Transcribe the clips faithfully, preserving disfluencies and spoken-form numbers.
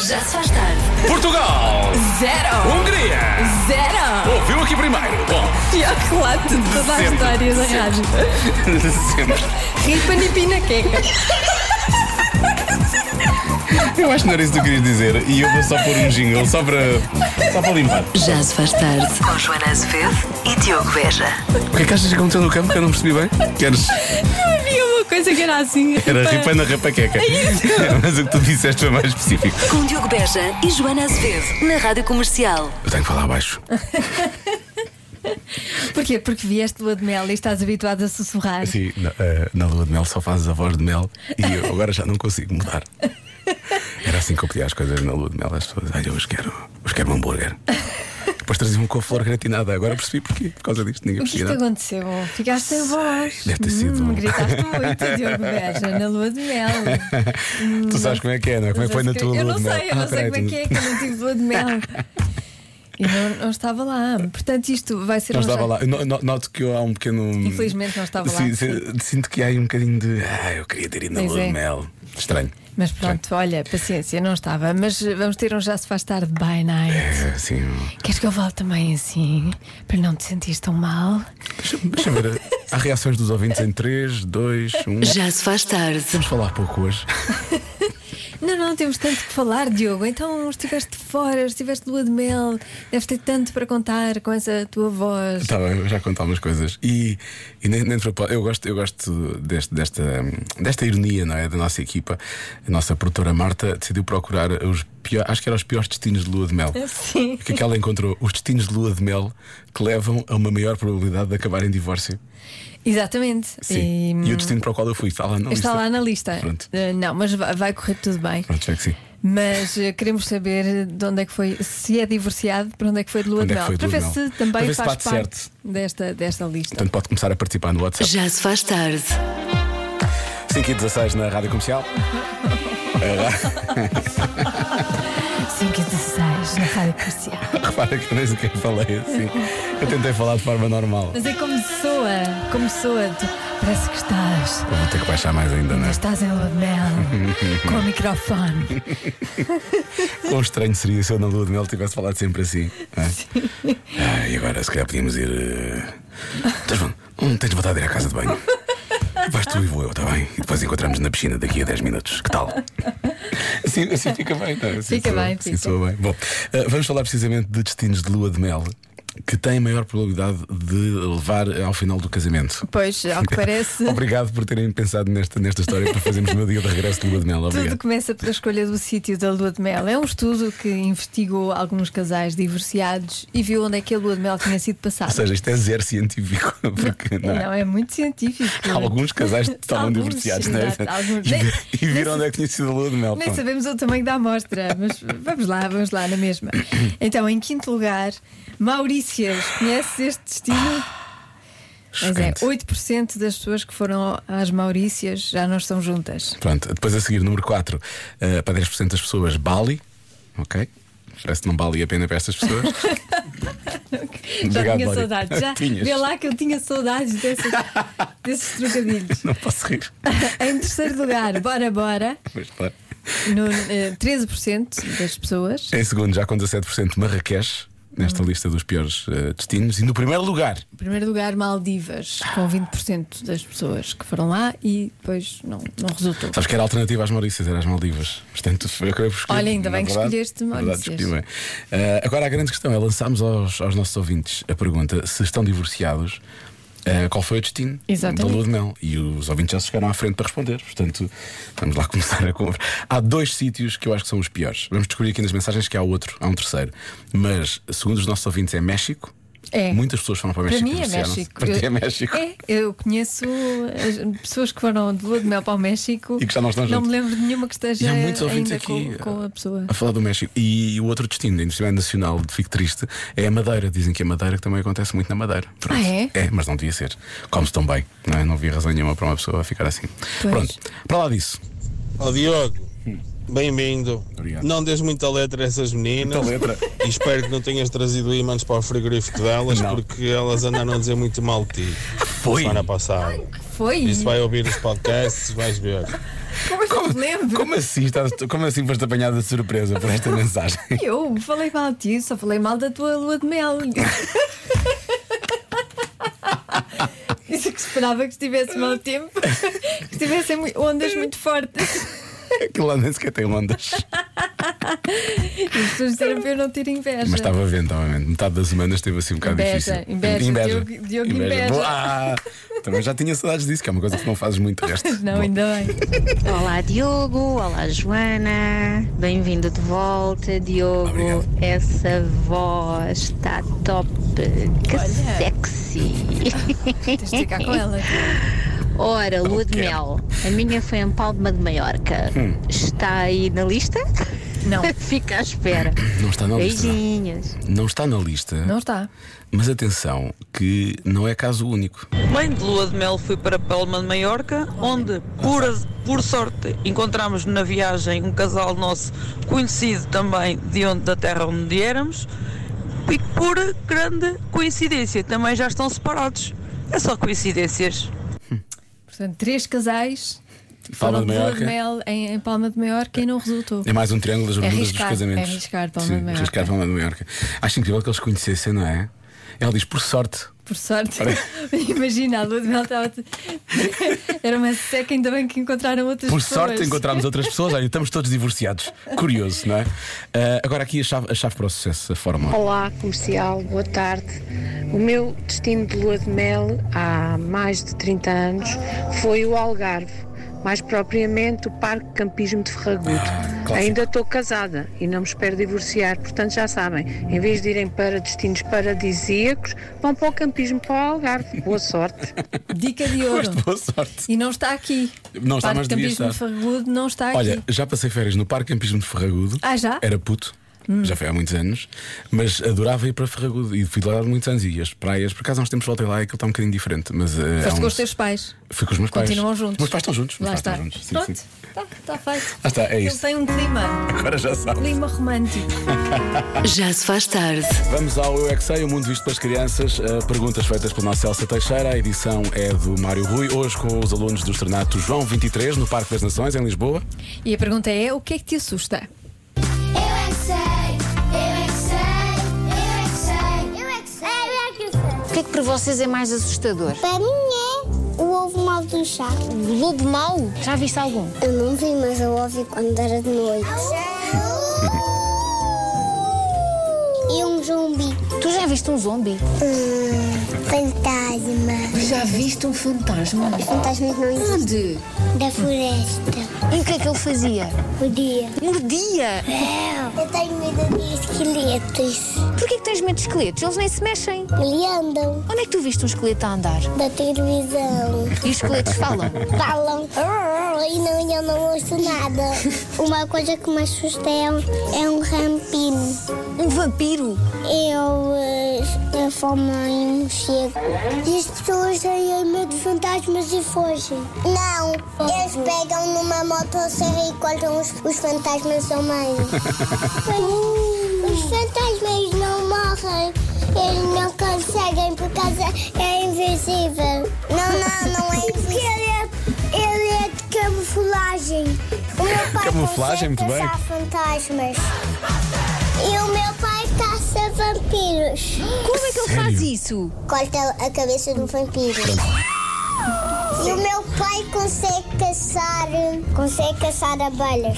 Já se faz tarde. Portugal! Zero. Hungria! Zero. Ouviu aqui primeiro? Bom, Pior que relato de toda a Sempre, história da sempre. rádio. sempre. Ripa nipina queca. Eu acho que não era isso que tu querias dizer. E eu vou só pôr um jingle só para, só para limpar. Já se faz tarde. Com Joana Azevedo e Diogo Beja. O que é que achas que aconteceu no campo que eu não percebi bem? Queres? Havia uma coisa que era assim. Era ripa na rapaqueca. Mas o que tu disseste foi mais específico. Com Diogo Beja e Joana Azevedo. Na Rádio Comercial. Eu tenho que falar baixo. Porquê? Porque vieste de lua de mel e estás habituado a sussurrar. Sim, na, eh, na lua de mel só fazes a voz de mel. E eu agora já não consigo mudar. Era assim que eu pedia as coisas na lua de mel. As pessoas, ai, eu hoje quero, hoje quero um hambúrguer. Depois traziam com a flor gratinada. Agora percebi porquê. Por causa disto, ninguém O que é que percebia te nada. aconteceu? Ficaste sem voz. Deve ter sido. Hum, gritaste muito, Diogo Beja, na lua de mel. Tu sabes como é que é, não é? Como é que foi na tua Eu lua não de mel? sei, eu não Ah, sei peraí, como é tu- que é que eu não tive lua de mel. E não, não estava lá. Portanto, isto vai ser Não um estava já- lá. Eu no- no- Noto que há um pequeno. Infelizmente não estava lá, Sim, sim. sim, Sinto que há aí um bocadinho de. Ah, eu queria ter ido na Pois lua é. de mel. Estranho. Mas pronto, olha, paciência, não estava. Mas vamos ter um Já Se Faz Tarde by night. É, assim. Queres que eu volte também assim? Para não te sentir tão mal? Deixa, deixa eu ver. Há reações dos ouvintes em três, dois, um. Já se faz tarde. Vamos falar pouco hoje. Não, não, temos tanto que falar, Diogo. Então estiveste fora, estiveste de lua de mel. Deves ter tanto para contar com essa tua voz. Está bem, eu já conto algumas coisas. E, e nem, nem de propósito, eu gosto, eu gosto deste, desta, desta ironia, não é? Da nossa equipa. A nossa produtora Marta decidiu procurar os piores, acho que eram os piores destinos de lua de mel. Sim. Porque é que ela encontrou os destinos de lua de mel que levam a uma maior probabilidade de acabar em divórcio. Exatamente. Sim. E, o destino para o qual eu fui está lá na Está lista. lá na lista. Pronto. Uh, não, mas vai, vai correr tudo bem. Pronto, é que sim. Mas uh, queremos saber de onde é que foi, se é divorciado, para onde é que foi de lua Onde de é que mel. foi de Para lua ver de se mel. também Para ver se faz bate parte certo. desta, desta lista. Portanto, pode começar a participar no WhatsApp. Já se faz tarde. cinco e dezasseis na Rádio Comercial. cinco e dezasseis na rádio comercial. Repara que eu nem sequer falei assim. Eu tentei falar de forma normal. Mas é como soa, como soa. Tu, parece que estás. Eu vou ter que baixar mais ainda, não é? Estás em lua de mel com o microfone. Quão estranho seria se eu na lua de mel tivesse falado sempre assim. Não é? Ah, e agora se calhar podíamos ir. Uh... Tens, von- hum, tens vontade de ir à casa de banho? Vais tu e vou eu, está bem? E depois encontramos na piscina daqui a dez minutos. Que tal? Assim, assim fica bem, não é? Assim Fica soa- bem, assim fica. soa bem. Bom, uh, vamos falar precisamente de destinos de lua de mel que têm maior probabilidade de levar ao final do casamento. Pois, ao que parece. Obrigado por terem pensado nesta, nesta história para fazermos o meu dia de regresso de lua de mel. Tudo Obrigado. começa pela escolha do sítio da lua de mel. É um estudo que investigou alguns casais divorciados e viu onde é que a lua de mel tinha sido Ou passada. seja, isto é zero científico. Porque, não é? Não, é muito científico. Alguns casais estavam Alguns, divorciados, não é? exato, alguns. E, Nem- e viram onde é que tinha sido a lua de mel. Nem Pronto. sabemos o tamanho da amostra, mas vamos lá, vamos lá na mesma. Então, em quinto lugar, Maurícias. Conheces este destino? Pois é, Chocante. oito por cento das pessoas que foram às Maurícias já não estão juntas. Pronto, depois a seguir, número quatro, uh, para dez por cento das pessoas, Bali. Ok? Parece que não vale a pena para estas pessoas. Já Obrigado, tinha Lória. saudades. Já Tinhas. vê lá que eu tinha saudades desses, desses trocadilhos. Não posso rir. Em terceiro lugar, bora, bora. Mas, claro. No, eh, treze por cento das pessoas. Em segundo, já com dezassete por cento, Marrakech, nesta Hum. lista dos piores uh, destinos. E no primeiro lugar, Em primeiro lugar, Maldivas, com vinte por cento das pessoas que foram lá e depois não, não resultou. sabes que era a alternativa às Maurícias, era as Maldivas. Portanto, foi eu que acabei por escolher. Olha, ainda bem Na que verdade, escolheste na verdade, Maurícias. escolhi bem. Uh, agora a grande questão é: lançámos aos, aos nossos ouvintes a pergunta se estão divorciados. Uh, qual foi o destino Exatamente. da lua de mel? E os ouvintes já se chegaram à frente para responder. Portanto, vamos lá começar a conversa. Há dois sítios que eu acho que são os piores. Vamos descobrir aqui nas mensagens que há outro, há um terceiro. Mas, segundo os nossos ouvintes, é México. É. Muitas pessoas foram para o Para México. mim é e divorciaram-se. México. Para ti é Eu- México. É, eu conheço as pessoas que foram de lua de mel para o México E que já não estão Não juntos. me lembro de nenhuma que esteja E há muitos ouvintes ainda aqui com, com a pessoa. a falar do México. E o outro destino, ainda por cima é nacional, fico triste, é a Madeira. Dizem que a Madeira que também acontece muito na Madeira. Pronto. Ah, é? É, mas não devia ser. Come-se tão bem, não é? Não havia razão nenhuma para uma pessoa ficar assim. Pois. Pronto, para lá disso. Ó Diogo, bem-vindo. Obrigado. Não dês muita letra a essas meninas. Muita letra. E espero que não tenhas trazido ímãs para o frigorífico delas, Não. porque elas andaram a dizer muito mal de ti. Foi. Semana passada. Foi? Isso vai ouvir os podcasts, vais ver. Como é que eu me lembro? Como assim? Estás, como assim foste apanhada de surpresa por esta mensagem? Eu falei mal de ti, só falei mal da tua lua de mel. Disse que esperava que estivesse mau tempo, que estivessem mu- ondas muito fortes. Aquilo lá nem sequer tem ondas. E as pessoas disseram para eu não ter inveja. Mas estava vento, estava vento. Metade das semanas esteve assim um bocado Inveja, difícil. inveja, Diogo- Diogo inveja. Boa. Ah, também já tinha saudades disso, que é uma coisa que não fazes muito o resto. Não, Bom. ainda bem. Olá Diogo, olá Joana, bem-vindo de volta Diogo. Obrigado. Essa voz está top, que Olha. sexy. Tens de ficar com ela. Ora, lua de quero. mel, a minha foi em Palma de Maiorca. Hum. Está aí na lista? Não, Fica à espera. Não está na lista. Beijinhos. Não está na lista. não está. Mas atenção, que não é caso único. Bem, de lua de mel fui para Palma de Maiorca, onde, por, por sorte, encontramos na viagem um casal nosso conhecido também de onde, da terra onde éramos, e por grande coincidência também já estão separados. É só coincidências. Portanto, três casais Palma foram de de lua Maiorca. de mel em, em Palma de Maiorca e não resultou. É mais um triângulo das É bermudas dos arriscar, casamentos. é arriscar Palma Sim, de Maiorca. arriscar Palma de Maiorca. Acho incrível que eles conhecessem, não é? Ela diz, por sorte. Por sorte. Olha. Imagina, a lua de mel estava. Era uma seca, ainda bem que encontraram outras Por pessoas. sorte encontramos outras pessoas. Olha, estamos todos divorciados. Curioso, não é? Ah, agora aqui a chave, a chave para o sucesso, a fórmula. Olá, comercial, boa tarde. O meu destino de lua de mel há mais de trinta anos foi o Algarve, mais propriamente o Parque Campismo de Ferragudo. clássico. Ainda estou casada e não me espero divorciar, portanto já sabem, em vez de irem para destinos paradisíacos, vão para o campismo para o Algarve. Boa sorte. Dica de ouro. Gosto, boa sorte. E não está aqui. Não está, Parque mas devia Campismo de estar. Ferragudo não está aqui. Olha, já passei férias no Parque Campismo de Ferragudo. Ah, já? Era puto. Já foi há muitos anos, mas adorava ir para Ferragudo e fui lá há muitos anos. E as praias, por acaso, há uns tempos voltei lá e aquilo está um bocadinho diferente. Mas, uh, há Foste com uns- os teus pais. Fui com os meus pais. Continuam juntos. Meus pais estão juntos. Lá meus está. pais estão juntos. Sim, Pronto, sim. está tá feito. Lá está, é Ele isto. tem um clima. Agora já sabe. Clima romântico. Já se faz tarde. Vamos ao Eu é que Sei, o mundo visto pelas crianças. Uh, perguntas feitas pelo nosso Elsa Teixeira. A edição é do Mário Rui. Hoje com os alunos do Externato João vinte e três, no Parque das Nações, em Lisboa. E a pergunta é: o que é que te assusta? Eu é que sei, eu é que sei, eu é que sei, eu é que sei, eu é que sei. O que é que para vocês é mais assustador? Para mim é o ovo mal do chá. O lobo mau? Já viste algum? Eu não vi, mas eu ouvi quando era de noite. E um zumbi. Tu já viste um zombi? Hum, fantasma. Já viste um fantasma? Fantasmas não existem. Onde? Da floresta. E o que é que ele fazia? O dia. Mordia! Eu tenho medo de esqueletos. Porquê que tens medo de esqueletos? Eles nem se mexem. Eles andam Onde é que tu viste um esqueleto a andar? da televisão. E os esqueletos falam? Falam e não, eu não ouço nada. Uma coisa que me assusta é um, é um rampino. Um vampiro? Eu, eh, eu formo em morcego. E as pessoas têm medo de fantasmas e fogem. Não, eles pegam numa motosserra e cortam os, os fantasmas ao meio. Os fantasmas não morrem. Eles não conseguem por causa é invisível. Não, não, não é invisível. Ele é, ele é de camuflagem. O meu pai Camuflagem, consegue muito bem. caçar fantasmas. E o meu pai caça vampiros. Como é que ele Sério? faz isso? Corta a cabeça do vampiro. E o meu pai consegue caçar. Consegue caçar abelhas.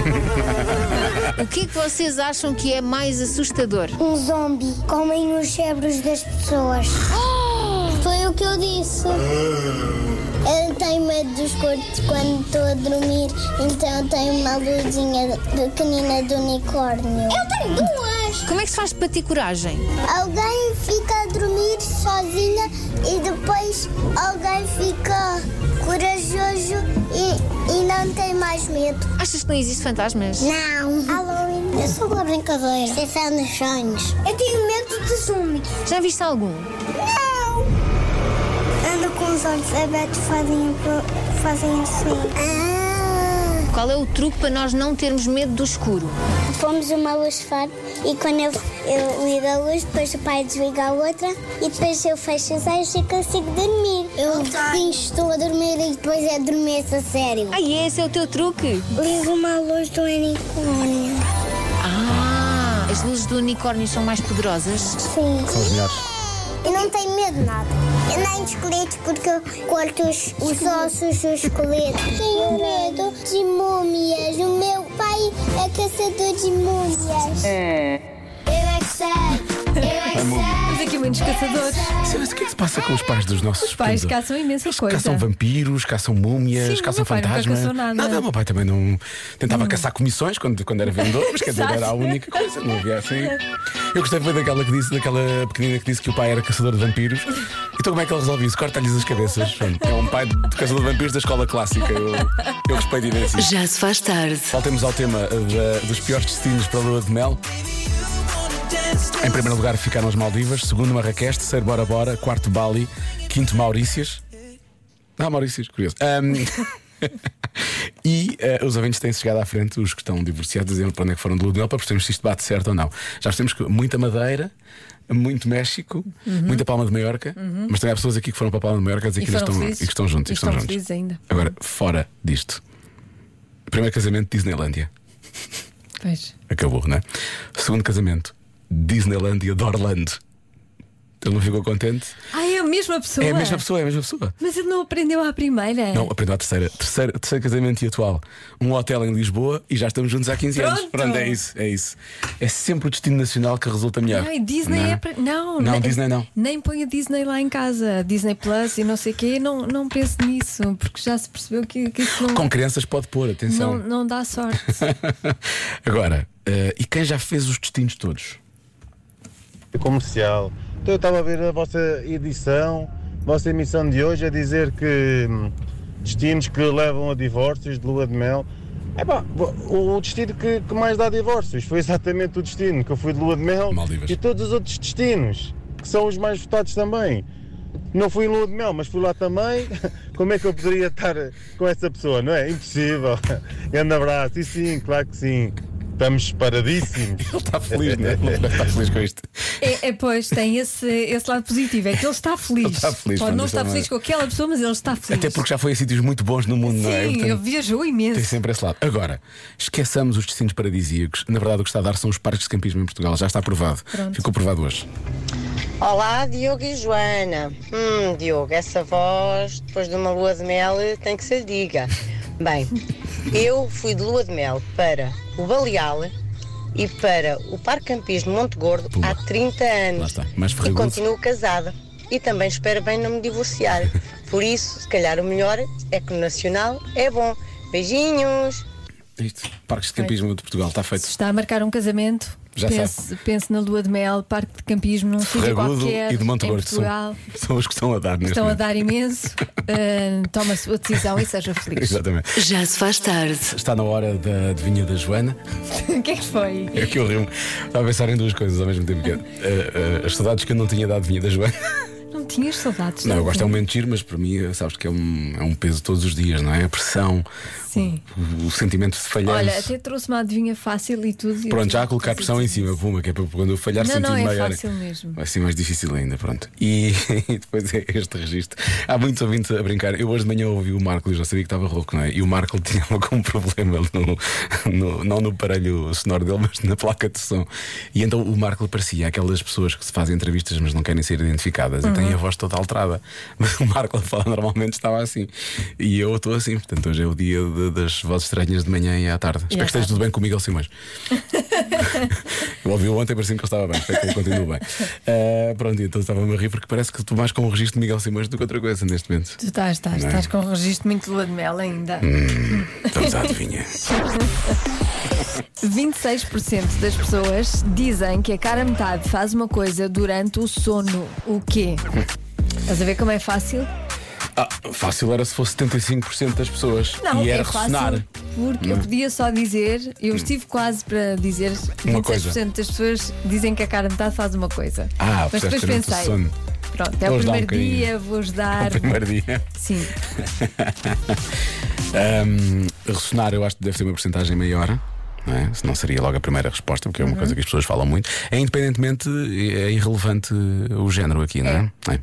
O que é que vocês acham que é mais assustador? Um zombie. Comem os cérebros das pessoas. Foi o que eu disse. Eu tenho medo dos cortes quando estou a dormir, então eu tenho uma luzinha pequenina de unicórnio. Eu tenho duas! Como é que se faz para ter coragem? Alguém fica a dormir sozinha e depois alguém fica corajoso e, e não tem mais medo. Achas que não existe fantasmas? Não. Halloween é só uma brincadeira. Você faz nos sonhos. Eu tenho medo de zombies. Já viste algum? Não. Ando com os olhos abertos, fazem, fazem assim. Ah. Qual é o truque para nós não termos medo do escuro? Pomos uma luz fora e quando eu, eu ligo a luz, depois o pai desliga a outra e depois eu fecho os olhos e consigo dormir. Eu finjo estou a dormir e depois adormeço a sério. Ah, e esse é o teu truque? Ligo uma luz do unicórnio. Ah, as luzes do unicórnio são mais poderosas? Sim. São os melhores. Eu não tenho medo de nada. Eu nem de esqueletos porque eu corto os, os ossos dos esqueletos. Tenho medo de múmias. O meu pai é caçador de múmias. É. Eu é que sei. Eu é que sei. Temos aqui muitos caçadores. Sim, mas o que é que se passa com os pais dos nossos Os pais pequenos? caçam imensa Eles coisa. Caçam vampiros, caçam múmias, Sim, caçam o meu pai nunca fantasmas. caçou nada. o meu pai também não. Tentava caçar comissões quando, quando era vendedor, mas quer dizer, Exato. era a única coisa, não havia assim. Eu gostei foi daquela que disse, daquela pequenina que disse que o pai era caçador de vampiros. Então como é que ele resolve isso? Corta-lhes as cabeças. Pronto, é um pai de caçador de vampiros da escola clássica. Eu, eu respeito imenso isso. Já se faz tarde. Voltemos ao tema da- dos piores destinos para a lua de mel. Em primeiro lugar ficaram as Maldivas, segundo Marrakech, terceiro Bora Bora, quarto Bali, quinto Maurícias. Ah, Maurícias, curioso. Ahm, e eh, os ouvintes têm-se chegado à frente, os que estão divorciados, dizendo para onde é que foram de lua de mel, para percebermos se isto bate certo ou não. Já temos que muita Madeira, muito México, muita Palma de Maiorca, mas também há pessoas aqui que foram para a Palma de Maiorca a dizer E que ainda foram estão, felizes. e que estão juntos. E e que estão estão juntos. felizes ainda. Agora, fora disto, primeiro casamento, Disneylândia. Pois. Acabou, não é? Segundo casamento, Disneylândia de Orlando. Ele não ficou contente. Ah, é a mesma pessoa. É a mesma pessoa, é a mesma pessoa. Mas ele não aprendeu à primeira. Não, aprendeu a terceira. Terceiro, terceiro casamento e atual. Um hotel em Lisboa e já estamos juntos há quinze anos. Pronto. Pronto, é isso, é isso. É sempre o destino nacional que resulta melhor. Ai, Disney não é para. Não, Não, nem, Disney não. Nem põe a Disney lá em casa. Disney Plus e não sei o quê. Não, não pense nisso, porque já se percebeu que, que isso não, Com crianças pode pôr, atenção. não, não dá sorte. Agora, eh, e quem já fez os destinos todos? Comercial. Então eu estava a ver a vossa edição, a vossa emissão de hoje a dizer que hum, destinos que levam a divórcios de lua de mel. Epá, o, o destino que, que mais dá divórcios foi exatamente o destino que eu fui de lua de mel. Maldivas. E todos os outros destinos que são os mais votados também. Não fui em lua de mel, mas fui lá também. Como é que eu poderia estar com essa pessoa? Não é? Impossível. Grande abraço. E sim, claro que sim. Estamos paradíssimos. Ele está feliz, não é? Ele está feliz com isto. É, é, pois, tem esse, esse lado positivo. É que ele está feliz. Ele está feliz, Pode pronto, não isso estar é feliz uma- com aquela pessoa, mas ele está feliz. Até porque já foi a sítios muito bons no mundo, não é? Sim, Portanto, ele viajou imenso. tem sempre esse lado. Agora, esqueçamos os destinos paradisíacos. Na verdade, o que está a dar são os parques de campismo em Portugal. Já está aprovado. Pronto. Ficou aprovado hoje. Olá, Diogo e Joana. Hum, Diogo, essa voz, depois de uma lua de mel, tem que se lhe diga. Bem, eu fui de lua de mel para o Baleal e para o Parque Campismo Monte Gordo Pula. há trinta Lá anos. está, mais E ferragudo. continuo casada. E também espero bem não me divorciar. Por isso, se calhar o melhor é que no Nacional é bom. Beijinhos! Isto, parques de campismo de Portugal, está feito. Se está a marcar um casamento, Já pense, pense na lua de mel, parque de campismo, num sítio Ferragudo qualquer e de Monte em Gordo Portugal. são, são os que estão a dar neste Estão a momento. dar imenso. Uh, toma a sua decisão e seja feliz. Exatamente. Já se faz tarde. Está na hora da adivinha da Joana. O que é que foi? É que eu rimo. Estava a pensar em duas coisas ao mesmo tempo. Que é, eh, eh, as saudades que eu não tinha da adivinha da Joana. Não tinhas saudades? Não, eu gosto é um de momento de giro, mas para mim, sabes que é um, é um peso todos os dias, não é? A pressão, Sim. o, o sentimento de falhanço. Olha, até trouxe uma adivinha fácil e tudo. e Pronto, eu já a tive colocar que pressão em dizer cima, isso. puma, que é para quando eu falhar Não, sentir-me não, é maior. fácil mesmo. Vai ser mais difícil ainda, pronto. E, e depois é este registro. Há muitos ouvintes a brincar. Eu hoje de manhã ouvi o Marco e já sabia que estava rouco, não é? E o Marco tinha algum problema, no, no, não no aparelho sonoro dele, mas na placa de som. E então o Marco parecia aquelas pessoas que se fazem entrevistas, mas não querem ser identificadas Uhum. e têm a voz toda alterada. Mas o Marco a falar normalmente estava assim. E eu estou assim, portanto, hoje é o dia de- das vozes estranhas de manhã e à tarde. Espero à que esteja tarde. tudo bem com o Miguel Simões. Eu ouvi-o ontem, parecia que ele estava bem. Espero que ele continue bem. Ah, pronto, então estava-me a rir porque parece que estou mais com o registro de Miguel Simões do que outra coisa neste momento. Tu estás, estás, Não é? estás com um registro muito de lua de mel ainda. Hum, estamos à adivinha. vinte e seis por cento das pessoas dizem que a cara metade faz uma coisa durante o sono. O quê? Estás a ver como é fácil? Ah, fácil era se fosse setenta e cinco por cento das pessoas. Não, e era é fácil. ressonar. Porque eu podia só dizer, eu estive quase para dizer Uma vinte e seis por cento das pessoas dizem que a cara metade faz uma coisa. Ah, mas puseste depois durante o pensei, sono. pronto, é Vou o ajudar um primeiro bocadinho. dia, vou ajudar. O primeiro dia. Sim. Um, ressonar, eu acho que deve ter uma porcentagem maior. Não é? Senão seria logo a primeira resposta, porque é uma Uhum. coisa que as pessoas falam muito. É independentemente, é irrelevante o género aqui, não é? É.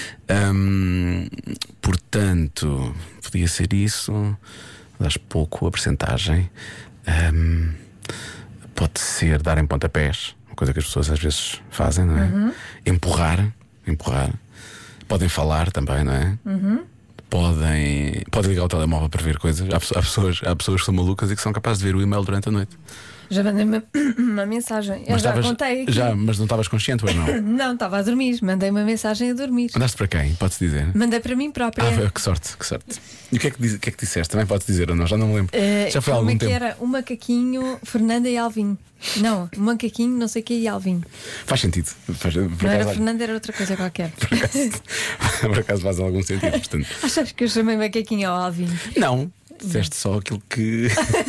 Um, portanto, podia ser isso. Dás pouco a porcentagem. Um, pode ser dar em pontapés, uma coisa que as pessoas às vezes fazem, não é? Uhum. Empurrar, empurrar. Podem falar também, não é? Uhum. Podem, podem ligar o telemóvel para ver coisas. Há, pessoas- há pessoas, há pessoas que são malucas e que são capazes de ver o e-mail durante a noite. Já mandei uma, uma mensagem. Eu já estavas- contei. aqui. já, mas não estavas consciente ou não? Não, estava a dormir. Mandei uma mensagem a dormir. Mandaste para quem? Pode-se dizer? Mandei para mim própria. Ah, que sorte, que sorte. E o que é que, diz- o que, é que disseste? Também podes dizer ou não? Já não me lembro. Eh, Já foi há como algum é que tempo. era? Um macaquinho, Fernanda e Alvin. Não, um macaquinho, não sei o que, e Alvin. Faz sentido. Faz, por, Não era acaso, Fernanda, era outra coisa qualquer. por acaso faz algum sentido. Portanto, Achas que eu chamei macaquinho ao Alvin? não, disseste só aquilo que.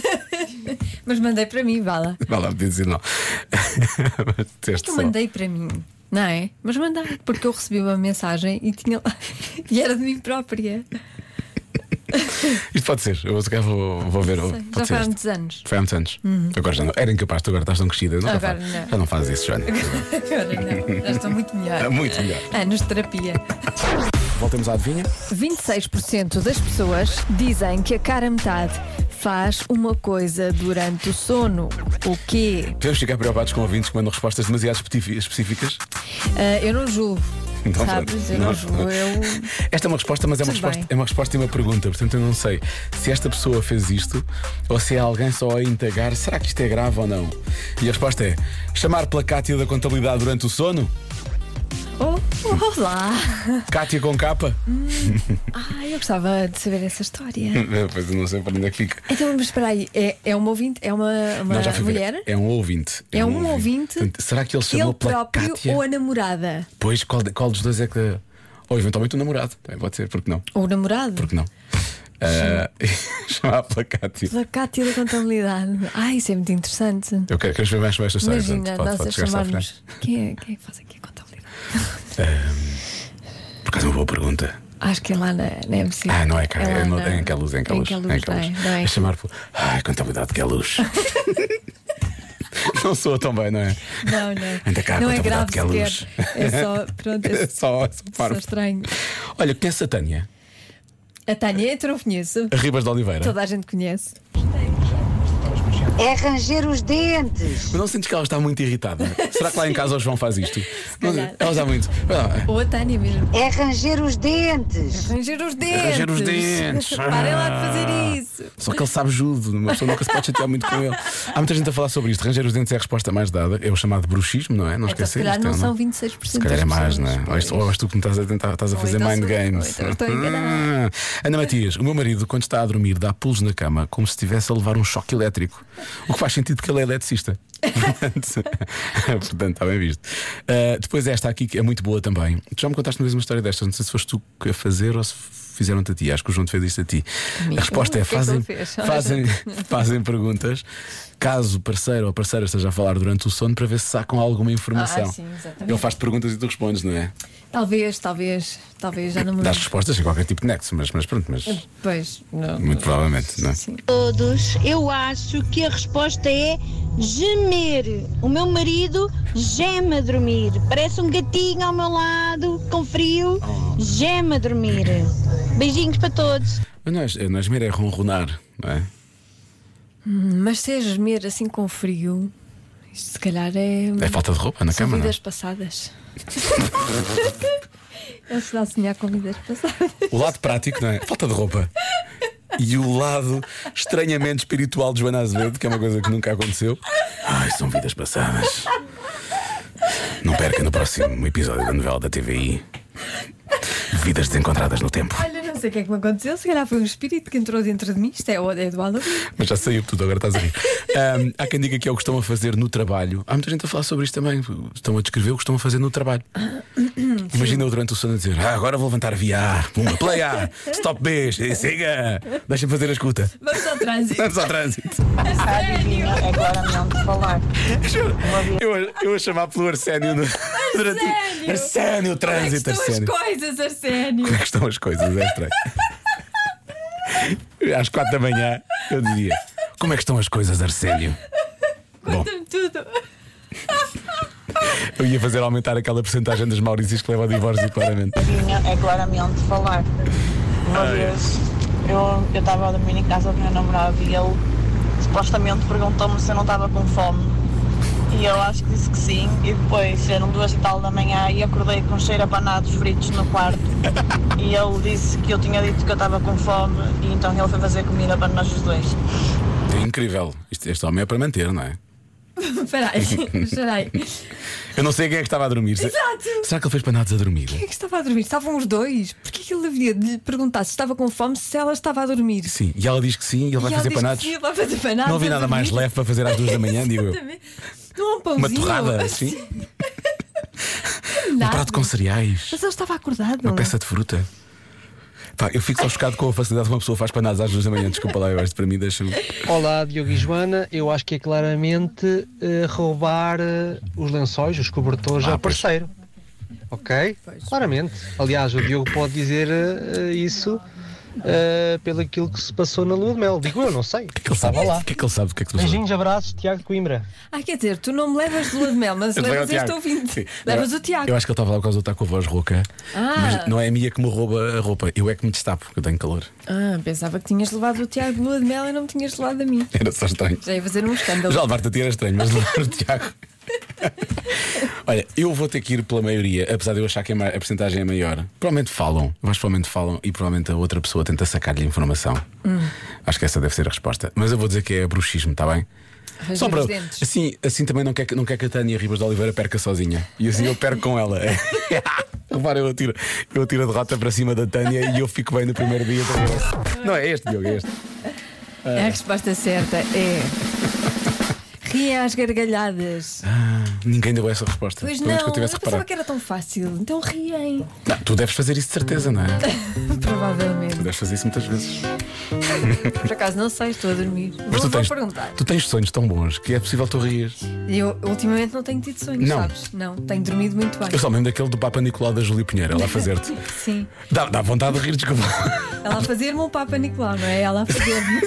Mas mandei para mim, vá Vá lá, podia dizer não. Mas disseste Eu só. mandei para mim, não é? Mas mandei, porque eu recebi uma mensagem e tinha lá. E era de mim própria. Isto pode ser, eu se calhar vou, vou ver. Sei, pode já ser foi há este. muitos anos. Foi há muitos anos. Uhum. Agora já não. Era incapaz, tu agora estás tão crescida. Nunca Agora faz. não. Já não fazes isso, Joana. Agora não, já estou muito melhor. É muito melhor. Anos de terapia. Voltemos à adivinha. vinte e seis por cento das pessoas dizem que a cara metade faz uma coisa durante o sono. O quê? Podemos ficar preocupados com ouvintes que mandam respostas demasiado especifi- específicas. Ah, eu não julgo. Então, Sabes? pronto. Eu não Não. julgo. Eu... Esta é uma resposta, mas é uma Tudo resposta, bem. é uma resposta e uma pergunta. Portanto, eu não sei se esta pessoa fez isto ou se é alguém só a indagar. Será que isto é grave ou não? E a resposta é: chamar pela Cátia da contabilidade durante o sono? Oh, olá! Cátia com capa? Ah, eu gostava de saber essa história. Pois eu não sei para onde é que fica. Então, mas espera aí, é, é uma ouvinte? É uma, uma Não, já fui ver. mulher? É um ouvinte. É um ouvinte? Portanto, será que ele chamou Ele pela próprio Cátia? ou a namorada? Pois, qual, de- qual dos dois é que. Ou eventualmente o namorado. Também pode ser, porque não? Ou o namorado? Porque não? Ah, chamar pela Cátia. Pela Cátia da contabilidade. Ah, isso é muito interessante. Eu quero, quero ver mais sobre esta história. Imagina, portanto, pode, nós pode a chegar-se à chamarmos. frente. Quem é, quem é que faz aqui a contabilidade? Por acaso é uma boa pergunta. Acho que é lá na, na M C. Ah, não é cá, lá é, no, na- é em que luz, é em que em luz. que luz, é em que não luz. é? Não é? É chamar por. Ai, contabilidade que é luz. Não soa tão bem, não é? Não, não. Anda cá, não é contabilidade grave que é luz. sequer. É só, pronto, é É só, só só parvo. estranho. Olha, conhece a Tânia? A Tânia, eu não conheço. A Ribas de Oliveira. Toda a gente conhece. É ranger os dentes. Mas não sentes que ela está muito irritada? Será que lá em casa o João faz isto? calhar. Ela está muito. Ah, Ou a Tânia mesmo. É ranger os dentes. Ranger os dentes. ranger os dentes. Parem lá de fazer isso. Só que ele sabe judo, uma pessoa nunca se pode chatear muito com ele. Há muita gente a falar sobre isto. Ranger os dentes é a resposta mais dada. É o chamado bruxismo, não é? Não Então, se esquecer. calhar isto é, não são vinte e seis por cento Se calhar é das mais, não pessoas. é? Ou, isto- ou és tu que me estás a tentar, estás a Ou fazer então mind sou eu, games. ou então estou a enganar. Ah. Ana Matias, o meu marido, quando está a dormir, dá pulos na cama como se estivesse a levar um choque elétrico. O que faz sentido porque ele é eletricista. Portanto, portanto, está bem visto. Uh, depois esta aqui que é muito boa também. Tu já me contaste uma vez uma história destas. Não sei se foste tu a fazer ou se fizeram-te a ti. Acho que o João te fez isto a ti. Amigo, A resposta é: o que é que fazem, ele fez? fazem, fazem perguntas. Caso o parceiro ou a parceira esteja a falar durante o sono, para ver se sacam alguma informação. Ah, sim, exatamente. Ele faz perguntas e tu respondes, não é? Talvez, talvez, talvez, já não me Dás lembro. respostas sem qualquer tipo de nexo, mas, mas pronto, mas Pois, não. muito provavelmente, não é? Todos, eu acho que a resposta é gemer. O meu marido geme a dormir. Parece um gatinho ao meu lado, com frio, geme a dormir. Beijinhos para todos. Mas não é, não é gemer, é ronronar, não é? Hum, Mas se é gemer assim com frio, isto se calhar é. É falta de roupa na São cama, não é? vidas passadas. Ele se dá a sonhar com vidas passadas. O lado prático, não é? Falta de roupa. E o lado estranhamente espiritual de Joana Azevedo, que é uma coisa que nunca aconteceu. Ai, são vidas passadas. Não perca no próximo episódio da novela da T V I. Vidas desencontradas no tempo. Olha, não sei o que é que me aconteceu. Se calhar foi um espírito que entrou dentro de mim. Isto é, o- é do Halloween. Mas já saiu tudo, agora estás a rir. Ahm, há quem diga que é o que estão a fazer no trabalho. Há muita gente a falar sobre isto também. Estão a descrever o que estão a fazer no trabalho. Imagina-o durante o sono a dizer: ah, agora vou levantar via A, pumba, play A, stop B, siga, deixa-me fazer a escuta. Vamos ao trânsito. Vamos ao trânsito. Adivinha, agora não de falar. Eu, eu a chamar pelo Arsénio no, durante o- Arsénio! Arsénio, o trânsito, Como é que estão Arsénio. as coisas, Arsénio? Como é que estão as coisas? É estranho. às quatro da manhã, eu dizia: como é que estão as coisas, Arsénio? Conta-me tudo. Eu ia fazer aumentar aquela porcentagem das Maurícias que leva ao divórcio, claramente. É claramente falar. Uma Ah, é. vez eu estava a dormir em casa do meu namorado e ele supostamente perguntou-me se eu não estava com fome. E eu acho que disse que sim. E depois eram duas e tal da manhã e acordei com cheiro a panados fritos no quarto. E ele disse que eu tinha dito que eu estava com fome. E então ele foi fazer comida para nós os dois. É incrível. Isto, este homem é para manter, não é? Espera aí, espera aí. Eu não sei quem é que estava a dormir. Se- Exato. Será que ele fez panados a dormir? Quem é que estava a dormir? Estavam os dois. Porquê que ele havia de lhe perguntar se estava com fome, se ela estava a dormir? Sim, e ela diz que sim, e ele vai E ela fazer diz que panados. sim, ele vai fazer panados Não havia a nada mais dormir. leve para fazer às duas da manhã, digo eu. Exatamente. Não há um pãozinho. Uma torrada, assim. Um Nada. prato com cereais. Mas ele estava acordado. Uma peça de fruta. Pá, eu fico só chocado com a facilidade que uma pessoa faz panados às duas da manhã. Desculpa lá, eu acho que para mim deixa-me. Olá, Diogo e Joana. Eu acho que é claramente eh, roubar eh, os lençóis, os cobertores Ah, ao pois. parceiro. Ok? Claramente. Aliás, o Diogo pode dizer eh, isso eh, pelo aquilo que se passou na lua de mel. Digo eu, não sei. O que é que ele Estava sabe? lá. O que é que ele sabe? O que é que tu sabes? Beijinhos, abraços, Tiago de Coimbra. Ah, quer dizer, tu não me levas de lua de mel, mas Eu levo levas o este Tiago. ouvinte. Sim. Levas Eu- o Tiago. Eu acho que ele estava lá por causa de estar com a voz rouca. Ah. Mas não é a minha que me rouba a roupa. Eu é que me destapo, porque eu tenho calor. Ah, pensava que tinhas levado o Tiago de lua de mel e não me tinhas levado a mim. Era só estranho. Já ia fazer um escândalo. Já levar-te a ti era estranho, mas levar o Tiago. Olha, eu vou ter que ir pela maioria, apesar de eu achar que a ma- a porcentagem é maior. Provavelmente falam, eu acho que provavelmente falam e provavelmente a outra pessoa tenta sacar-lhe informação. Hum. Acho que essa deve ser a resposta. Mas eu vou dizer que é bruxismo, está bem? Ranger Só para. os dentes. Assim, assim também não quer, que- não quer que a Tânia Ribas de Oliveira perca sozinha. E assim eu perco com ela. Repara, eu atiro, eu atiro a derrota para cima da Tânia e eu fico bem no primeiro dia. Não é este, Diogo, é este. A resposta certa é. Riem às gargalhadas. Ah, ninguém deu essa resposta. Pois Pelo menos não, que eu tivesse eu pensava reparado. que era tão fácil. Então riem. Não, tu deves fazer isso de certeza, não é? Provavelmente. Tu deves fazer isso muitas vezes. Por acaso não sei, estou a dormir. Mas Vou, tu vou tens, perguntar. tu tens sonhos tão bons que é possível tu rires. Eu ultimamente não tenho tido sonhos, Não. sabes? Não, tenho dormido muito bem. Eu só me lembro daquele do Papa Nicolau da Júlia Pinheiro, ela a fazer-te. Sim. Dá, dá vontade de rir, desculpa. Ela a fazer-me um Papa Nicolau, não é? Ela a fazer-me.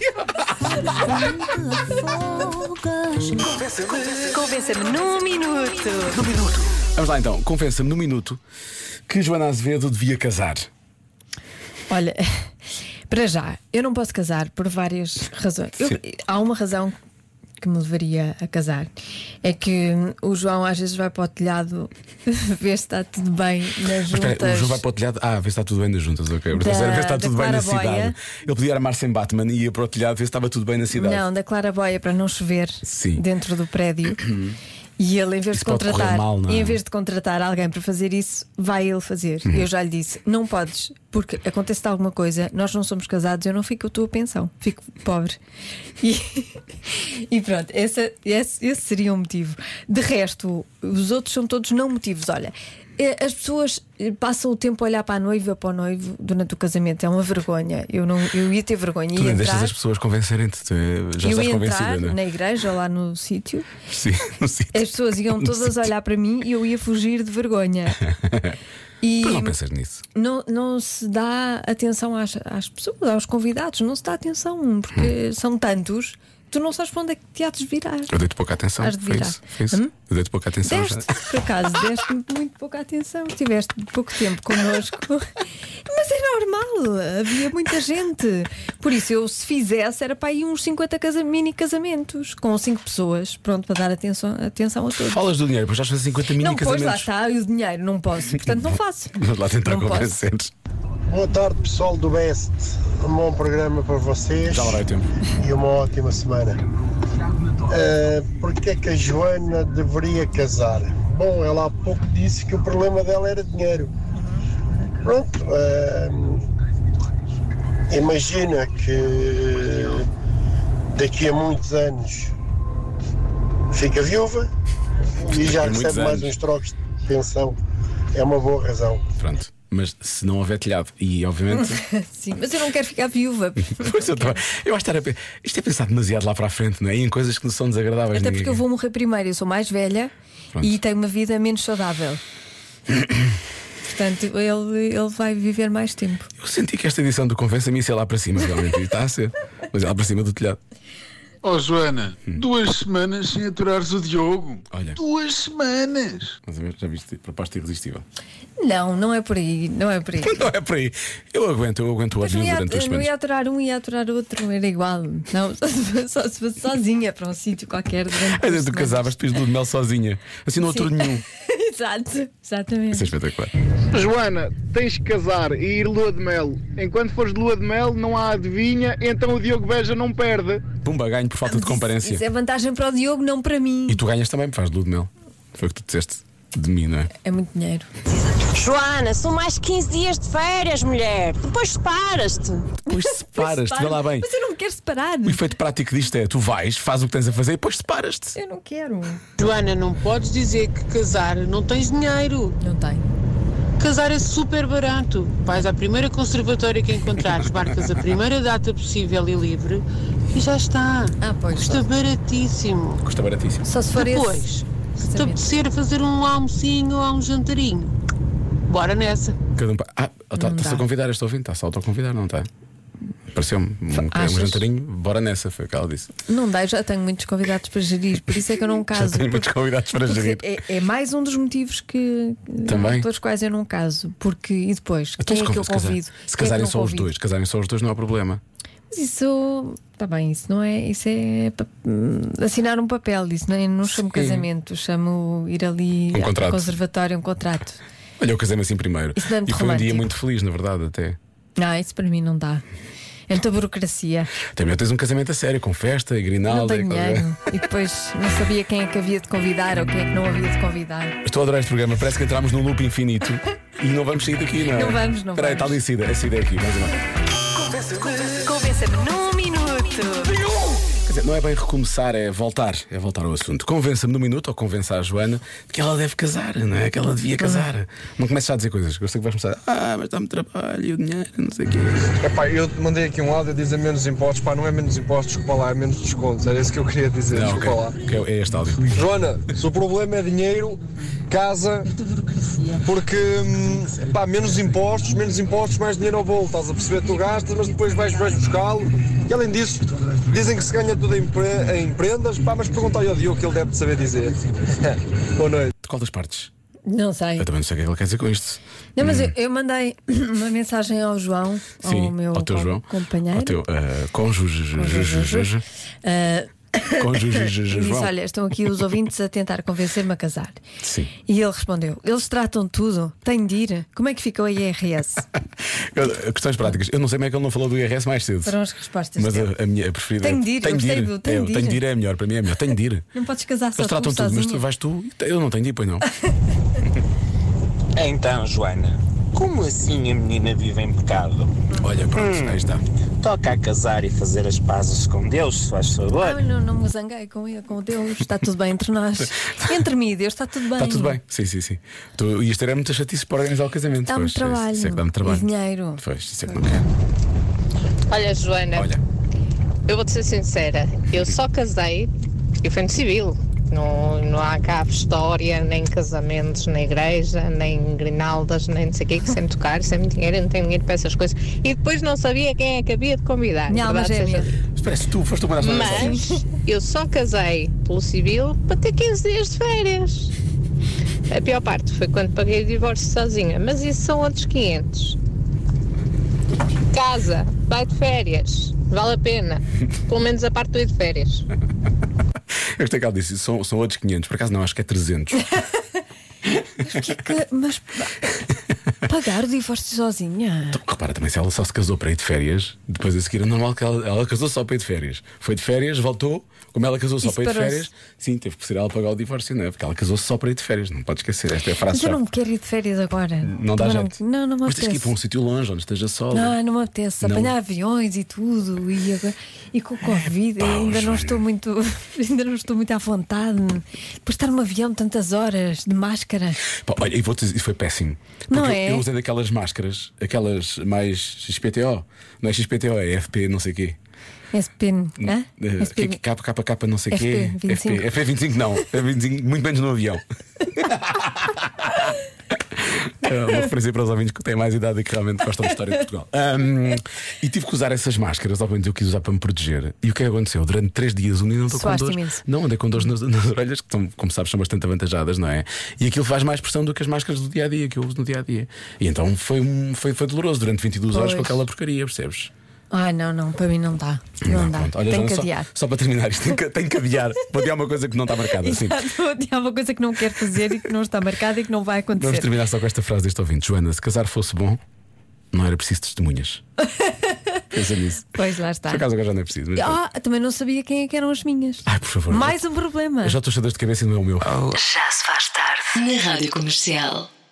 Convença-me num minuto. Num minuto. Vamos lá então, confessa-me num minuto que Joana Azevedo devia casar. Olha, para já, eu não posso casar por várias razões. Eu- há uma razão que me levaria a casar. É que o João às vezes vai para o telhado ver se está tudo bem nas Mas espera, juntas. o João vai para o telhado. Ah, ver se está tudo bem nas juntas, ok. Eu pensei, Da- ver se está da tudo bem na Claraboia. cidade. Ele podia armar-se em Batman e ia para o telhado ver se estava tudo bem na cidade. Não, da claraboia para não chover Sim. dentro do prédio. E ele, em vez Isso de pode correr contratar, mal, não é? em vez de contratar alguém para fazer isso, vai ele fazer. Uhum. Eu já lhe disse: não podes, porque acontece alguma coisa, nós não somos casados, eu não fico a tua pensão, fico pobre. E, e pronto, essa, esse, esse seria um motivo. De resto, os outros são todos não motivos. Olha, eh, as pessoas eh, passam o tempo a olhar para a noiva, para o noivo durante o casamento. É uma vergonha. Eu, não, eu ia ter vergonha. Tu Ia nem deixas entrar, as pessoas convencerem-te. Tu é- já eu estás ia convencida, entrar não é? na igreja, lá no sítio. Sim, no sítio. As pessoas iam No todas sítio. olhar para mim e eu ia fugir de vergonha. E Mas não pensas nisso. não, não se dá atenção às, às pessoas, aos convidados, não se dá atenção, porque são tantos, tu não sabes para onde é que te há de virar. Eu dei-te pouca atenção. Has de Foi virar. isso. Foi isso. Hum? Eu dei-te pouca atenção. Deste, por acaso, deste-me muito pouca atenção, estiveste pouco tempo connosco. Mas é normal, havia muita gente. Por isso, eu se fizesse, era para ir uns cinquenta casa- mini casamentos com cinco pessoas, pronto, para dar atenção, atenção a todos. Falas do dinheiro, depois já fazer cinquenta mini Não, pois lá casamentos. está, e o dinheiro, não posso, portanto não faço. Vamos lá tentar Não posso. convencer. Boa tarde, pessoal do Best. Um bom programa para vocês. Já lá vai o tempo. E uma ótima semana. Uh, Porquê é que a Joana deveria casar? Bom, ela há pouco disse que o problema dela era dinheiro. Pronto. Uh, imagina que daqui a muitos anos fica viúva e já Muitos recebe mais anos. uns trocos de pensão. É uma boa razão. Pronto. Mas se não houver telhado, e obviamente. Sim, mas eu não quero ficar viúva. Pois eu, também- eu acho que estar a... isto é pensar demasiado lá para a frente, não é? E em coisas que não são desagradáveis. Até ninguém porque eu quer. vou morrer primeiro, eu sou mais velha Pronto. e tenho uma vida menos saudável. portanto ele, ele vai viver mais tempo. Eu senti que esta edição do Convença-me ia lá para cima, realmente. E está a ser. Mas é lá para cima do telhado. Oh Joana, hum. duas semanas sem aturares o Diogo. Olha. Duas semanas. Mas a ver, já viste, proposta irresistível. Não, não é por aí, não é por aí. Não é por aí. Eu aguento, eu aguento o ódio durante duas semanas. Não ia aturar um e ia aturar outro, era igual. Não, só se, só se fosse sozinha para um sítio qualquer. Ainda tu casavas depois do mel sozinha. Assim não aturo nenhum. Exato, exatamente. Isso é espetacular. Joana, tens que casar e ir lua de mel. Enquanto fores de lua de mel, não há adivinha, então o Diogo Beja não perde. Pumba, ganho por falta de comparência. Isso é vantagem para o Diogo, não para mim. E tu ganhas também, faz de lua de mel. Foi o que tu disseste de mim, não é? É muito dinheiro. Joana, são mais quinze dias de férias, mulher. Depois separas-te. Depois separas-te, vê lá bem. Mas eu não quero separar. O efeito prático disto é: tu vais, fazes o que tens a fazer e depois separas-te. Eu não quero. Joana, não podes dizer que casar não tens dinheiro. Não tenho. Casar é super barato. Vais à primeira conservatória que encontrares, marcas a primeira data possível e livre e já está. Ah, pois. Custa baratíssimo. Custa baratíssimo. Só se for Depois, esse. se te apetecer fazer um almocinho ou um jantarinho, bora nessa. Cada um... Ah, está-se a convidar este ouvinte, está-se a autoconvidar, não está? Pareceu-me um, um jantarinho, bora nessa, foi o que ela disse. Não dá, eu já tenho muitos convidados para gerir, por isso é que eu não caso. Já tenho muitos convidados para gerir. É, é mais um dos motivos que também? pelos quais eu não caso. Porque, e depois, então, quem é que eu convido? Se, se casarem é só convido? os dois, casarem só os dois não há problema. Mas isso, está bem, isso não é, isso é assinar um papel, isso não, é, não chamo Sim. casamento, chamo ir ali um ao conservatório, um contrato. Olha, eu casei-me assim primeiro. Isso não é muito e foi romântico. um dia muito feliz, na verdade, até. Não, isso para mim não dá. É muita burocracia. Também tens um casamento a sério, com festa e Não grinalda. tenho dinheiro. E depois não sabia quem é que havia de convidar ou quem é que não havia de convidar. Estou a adorar este programa, parece que entramos num loop infinito e não vamos sair daqui, não é? Não vamos, não Espera aí, vamos. está ali a essa ideia aqui, mais uma. Convença-me num minuto. Quer dizer, não é bem recomeçar, é voltar, é voltar ao assunto. Convença-me num minuto, ou convença a Joana de que ela deve casar, não é? Que ela devia casar. Não comeces já a dizer coisas, eu sei que vais começar. Ah, mas dá-me trabalho e o dinheiro, não sei o quê. Epá, eu te mandei aqui um áudio a dizer menos impostos. Pá, não é menos impostos, desculpa lá, é menos descontos. Era isso que eu queria dizer, Não, desculpa okay. lá. É este áudio. Joana, se o problema é dinheiro, casa, porque hum, pá, menos impostos, menos impostos, mais dinheiro ao bolo. Estás a perceber? Tu gastas, mas depois vais, vais buscá-lo. E além disso, dizem que se ganha tudo em, pre, em prendas. Pá, mas pergunta ao Diogo que ele deve saber dizer. Boa noite. De qual das partes? Não sei. Eu também não sei o que é que ele quer dizer com isto. Não, mas Hum. eu, eu mandei uma mensagem ao João, Sim, ao meu ao teu co- João, companheiro. ao teu uh, cônjuge. Cônjuge. Uh, Cônjuge, e disse: João. olha, estão aqui os ouvintes a tentar convencer-me a casar. Sim. E ele respondeu: eles tratam tudo, tenho de ir. Como é que ficou a I R S? Eu- Questões práticas. Eu não sei como é que ele não falou do I R S mais cedo. Foram as respostas Mas dele. a, a minha preferida Tenho é de ir, eu tenho de gostei ir. do tenho É, de tenho ir. de ir é melhor, para mim é melhor. Tenho de ir. Não podes casar só Eles tratam tu tudo, mas tu sozinha. vais tu. Eu não tenho de ir, pois não. Então, Joana, como assim a menina vive em pecado? Olha, pronto, Hum. aí está. Toca a casar e fazer as pazes com Deus, se faz favor. Ah, não, não me zanguei com ele, com Deus, está tudo bem entre nós. Entre mim e Deus está tudo bem. Está tudo bem, sim, sim, sim. Tu ias ter é muita chatice para organizar o casamento. Dá-me Pois, trabalho. Isso é que dá-me trabalho. E dinheiro. Pois, isso é que não quero. Olha, Joana, Olha. eu vou-te ser sincera, eu só casei e foi no civil. Não, não há cá história, nem casamentos na igreja, nem grinaldas, nem não sei o que, que sem tocar, sem dinheiro, eu não tenho dinheiro para essas coisas. E depois não sabia quem é que havia de convidar. Minha alma verdade gêmea. seja- Espera, se tu foste tu mandaste uma mensagem. Mas eu só casei pelo civil para ter quinze dias de férias. A pior parte foi quando paguei o divórcio sozinha, mas isso são outros quinhentos. Casa, vai de férias, vale a pena. Pelo menos a parte do ir de férias. Eu gostei que ela disse, são, são outros quinhentos. Por acaso não, acho que é trezentos. Mas porquê que. Mas pagar o divórcio sozinha? Então, repara também, se ela só se casou para ir de férias, depois a seguir é normal que ela, ela casou só para ir de férias. Foi de férias, voltou. Como ela casou só E para ir de separou-se. férias, sim, teve que ser ela pagar o divórcio, não é? Porque ela casou só para ir de férias. Não pode esquecer, esta é a Mas eu frase-chave. não me quero ir de férias agora. Não dá Também jeito. Não, não me Mas tens que ir apetece. para um sítio longe onde esteja só. Não, não me apetece. Não. Apanhar aviões e tudo. E, agora- e com o Covid Pá, ainda não Joana. estou muito. Ainda não estou muito à vontade. Depois estar num avião tantas horas de máscara. Pá, olha, e vou-te dizer, isso foi péssimo. Porque Não eu- é? eu usei daquelas máscaras, aquelas mais X P T O. Não é X P T O, é F P não sei o quê. S P N. hã? Eh, S P N. K, K, K, não sei o F quê. P vinte e cinco. F P vinte e cinco não. F P vinte e cinco, muito menos no avião. É uma referência para os ouvintes que têm mais idade e que realmente gostam de história de Portugal. Um, e tive que usar essas máscaras, obviamente eu quis usar para me proteger. E o que é que aconteceu? Durante três dias um dia não estou com dores. Imenso. Não, andei com dores nas, nas orelhas, que estão, como sabes, são bastante avantajadas, não é? E aquilo faz mais pressão do que as máscaras do dia a dia que eu uso no dia a dia. E então foi, foi, foi doloroso durante vinte e duas horas com aquela porcaria, percebes? Ah, não, não, para mim não dá. Não, não dá. Olha, tem que adiar. Só, só para terminar isto, tem que, tem que adiar. Vou adiar uma coisa que não está marcada. Exato, vou adiar uma coisa que não quero fazer e que não está marcada e que não vai acontecer. Vamos terminar só com esta frase deste ouvinte: Joana, se casar fosse bom, não era preciso testemunhas. Pensa nisso. Pois lá está. Por acaso agora já não é preciso. Mas ah, é. Também não sabia quem é que eram as minhas. Ai, por favor. Mais um problema. Eu já estou cheio de cabeça e não é o meu. Já se faz tarde na Rádio Comercial.